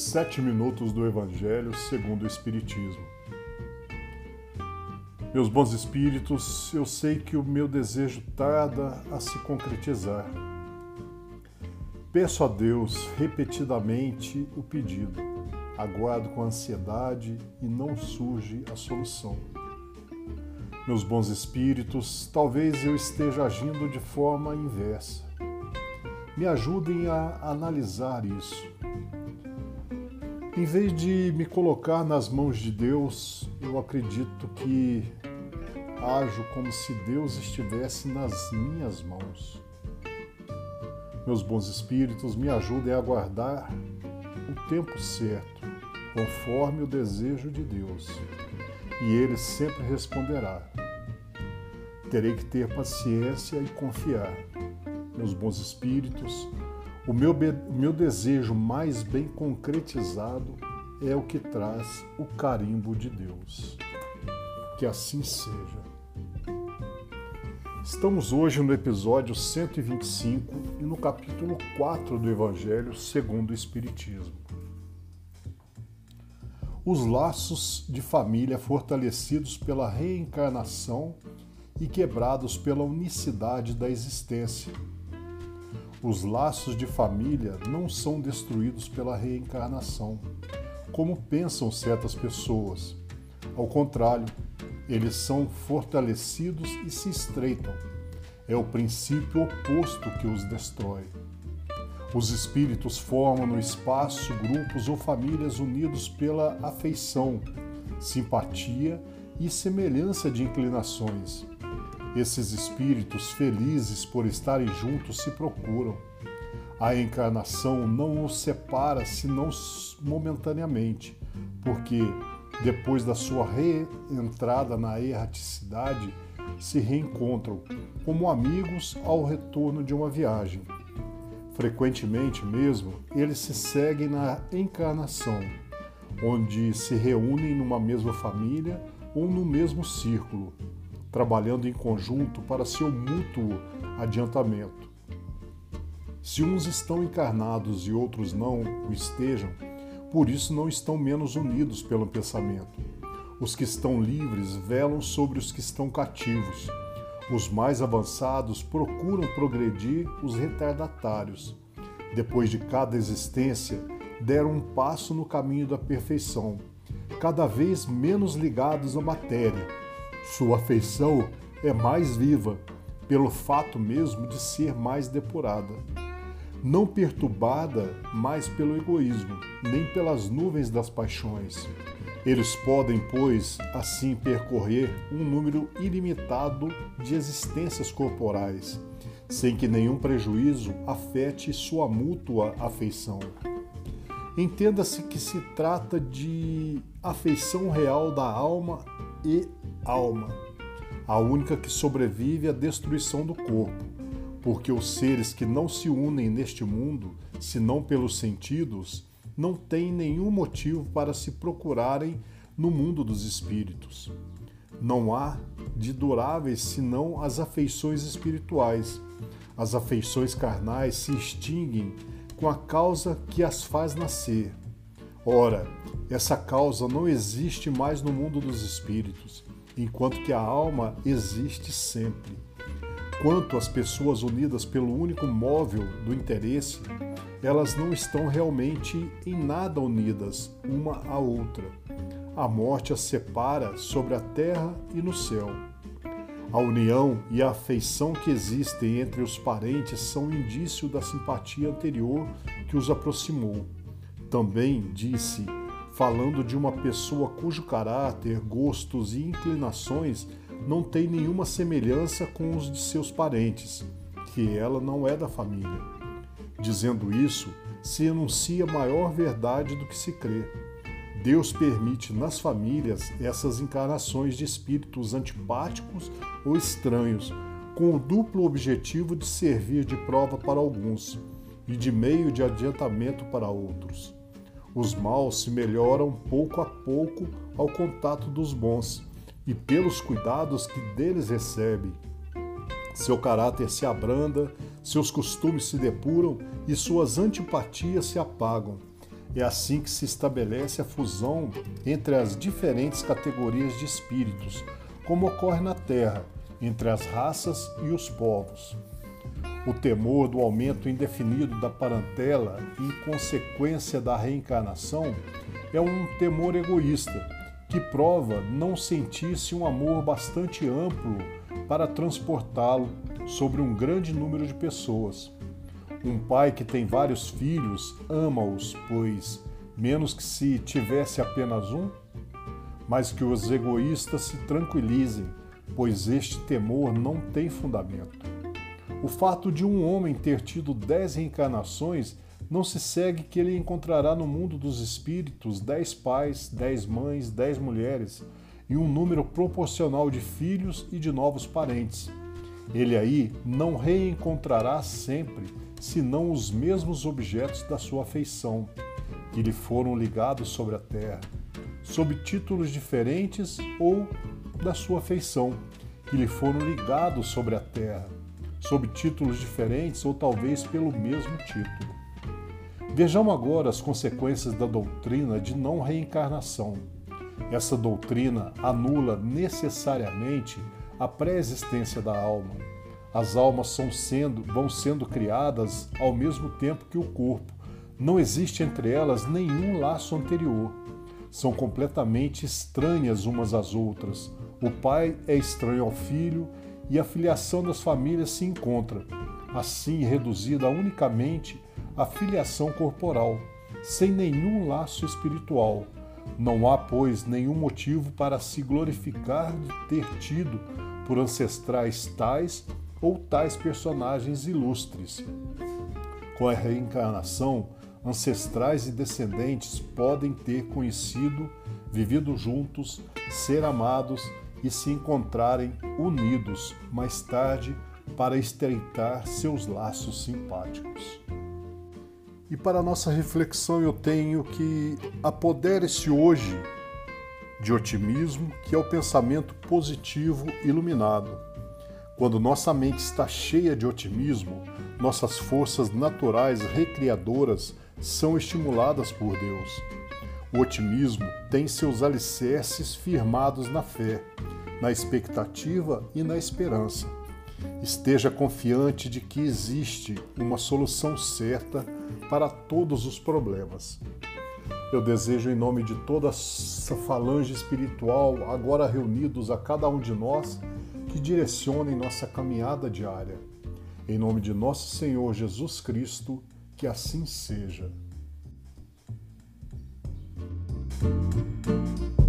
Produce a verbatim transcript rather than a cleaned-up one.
Sete minutos do Evangelho segundo o Espiritismo. Meus bons espíritos, eu sei que o meu desejo tarda a se concretizar. Peço a Deus repetidamente o pedido. Aguardo com ansiedade e não surge a solução. Meus bons espíritos, talvez eu esteja agindo de forma inversa. Me ajudem a analisar isso. Em vez de me colocar nas mãos de Deus, eu acredito que ajo como se Deus estivesse nas minhas mãos. Meus bons espíritos, me ajudem a aguardar o tempo certo, conforme o desejo de Deus, e Ele sempre responderá. Terei que ter paciência e confiar. Meus bons espíritos, o meu, o meu desejo mais bem concretizado é o que traz o carimbo de Deus. Que assim seja. Estamos hoje no episódio cento e vinte e cinco e no capítulo quatro do Evangelho segundo o Espiritismo. Os laços de família fortalecidos pela reencarnação e quebrados pela unicidade da existência. Os laços de família não são destruídos pela reencarnação, como pensam certas pessoas. Ao contrário, eles são fortalecidos e se estreitam. É o princípio oposto que os destrói. Os espíritos formam no espaço grupos ou famílias unidos pela afeição, simpatia e semelhança de inclinações. Esses espíritos, felizes por estarem juntos, se procuram. A encarnação não os separa, senão momentaneamente, porque, depois da sua reentrada na erraticidade, se reencontram como amigos ao retorno de uma viagem. Frequentemente mesmo, eles se seguem na encarnação, onde se reúnem numa mesma família ou no mesmo círculo, trabalhando em conjunto para seu mútuo adiantamento. Se uns estão encarnados e outros não o estejam, por isso não estão menos unidos pelo pensamento. Os que estão livres velam sobre os que estão cativos. Os mais avançados procuram progredir os retardatários. Depois de cada existência, deram um passo no caminho da perfeição, cada vez menos ligados à matéria. Sua afeição é mais viva, pelo fato mesmo de ser mais depurada. Não perturbada mais pelo egoísmo, nem pelas nuvens das paixões. Eles podem, pois, assim percorrer um número ilimitado de existências corporais, sem que nenhum prejuízo afete sua mútua afeição. Entenda-se que se trata de afeição real da alma e alma, a única que sobrevive à destruição do corpo, porque os seres que não se unem neste mundo, senão pelos sentidos, não têm nenhum motivo para se procurarem no mundo dos espíritos. Não há de duráveis senão as afeições espirituais. As afeições carnais se extinguem com a causa que as faz nascer. Ora, essa causa não existe mais no mundo dos espíritos, enquanto que a alma existe sempre. Quanto às pessoas unidas pelo único móvel do interesse, elas não estão realmente em nada unidas uma à outra. A morte as separa sobre a terra e no céu. A união e a afeição que existem entre os parentes são indício da simpatia anterior que os aproximou. Também disse, falando de uma pessoa cujo caráter, gostos e inclinações não tem nenhuma semelhança com os de seus parentes, que ela não é da família. Dizendo isso, se enuncia maior verdade do que se crê. Deus permite nas famílias essas encarnações de espíritos antipáticos ou estranhos, com o duplo objetivo de servir de prova para alguns e de meio de adiantamento para outros. Os maus se melhoram pouco a pouco ao contato dos bons e pelos cuidados que deles recebe. Seu caráter se abranda, seus costumes se depuram e suas antipatias se apagam. É assim que se estabelece a fusão entre as diferentes categorias de espíritos, como ocorre na Terra, entre as raças e os povos. O temor do aumento indefinido da parentela em consequência da reencarnação é um temor egoísta, que prova não sentir-se um amor bastante amplo para transportá-lo sobre um grande número de pessoas. Um pai que tem vários filhos ama-os, pois, menos que se tivesse apenas um, mas que os egoístas se tranquilizem, pois este temor não tem fundamento. O fato de um homem ter tido dez reencarnações não se segue que ele encontrará no mundo dos espíritos dez pais, dez mães, dez mulheres e um número proporcional de filhos e de novos parentes. Ele aí não reencontrará sempre, senão os mesmos objetos da sua afeição, que lhe foram ligados sobre a terra, sob títulos diferentes, ou da sua afeição, que lhe foram ligados sobre a terra, sob títulos diferentes ou talvez pelo mesmo título. Vejamos agora as consequências da doutrina de não reencarnação. Essa doutrina anula necessariamente a pré-existência da alma. As almas são sendo, vão sendo criadas ao mesmo tempo que o corpo. Não existe entre elas nenhum laço anterior. São completamente estranhas umas às outras. O pai é estranho ao filho e a filiação das famílias se encontra, assim reduzida unicamente à filiação corporal, sem nenhum laço espiritual. Não há, pois, nenhum motivo para se glorificar de ter tido por ancestrais tais ou tais personagens ilustres. Com a reencarnação, ancestrais e descendentes podem ter conhecido, vivido juntos, ser amados e se encontrarem unidos mais tarde para estreitar seus laços simpáticos. E para nossa reflexão eu tenho que apodere-se hoje de otimismo, que é o pensamento positivo iluminado. Quando nossa mente está cheia de otimismo, nossas forças naturais recriadoras são estimuladas por Deus. O otimismo tem seus alicerces firmados na fé, na expectativa e na esperança. Esteja confiante de que existe uma solução certa para todos os problemas. Eu desejo, em nome de toda essa falange espiritual, agora reunidos a cada um de nós, que direcionem nossa caminhada diária. Em nome de nosso Senhor Jesus Cristo, que assim seja. Thank you.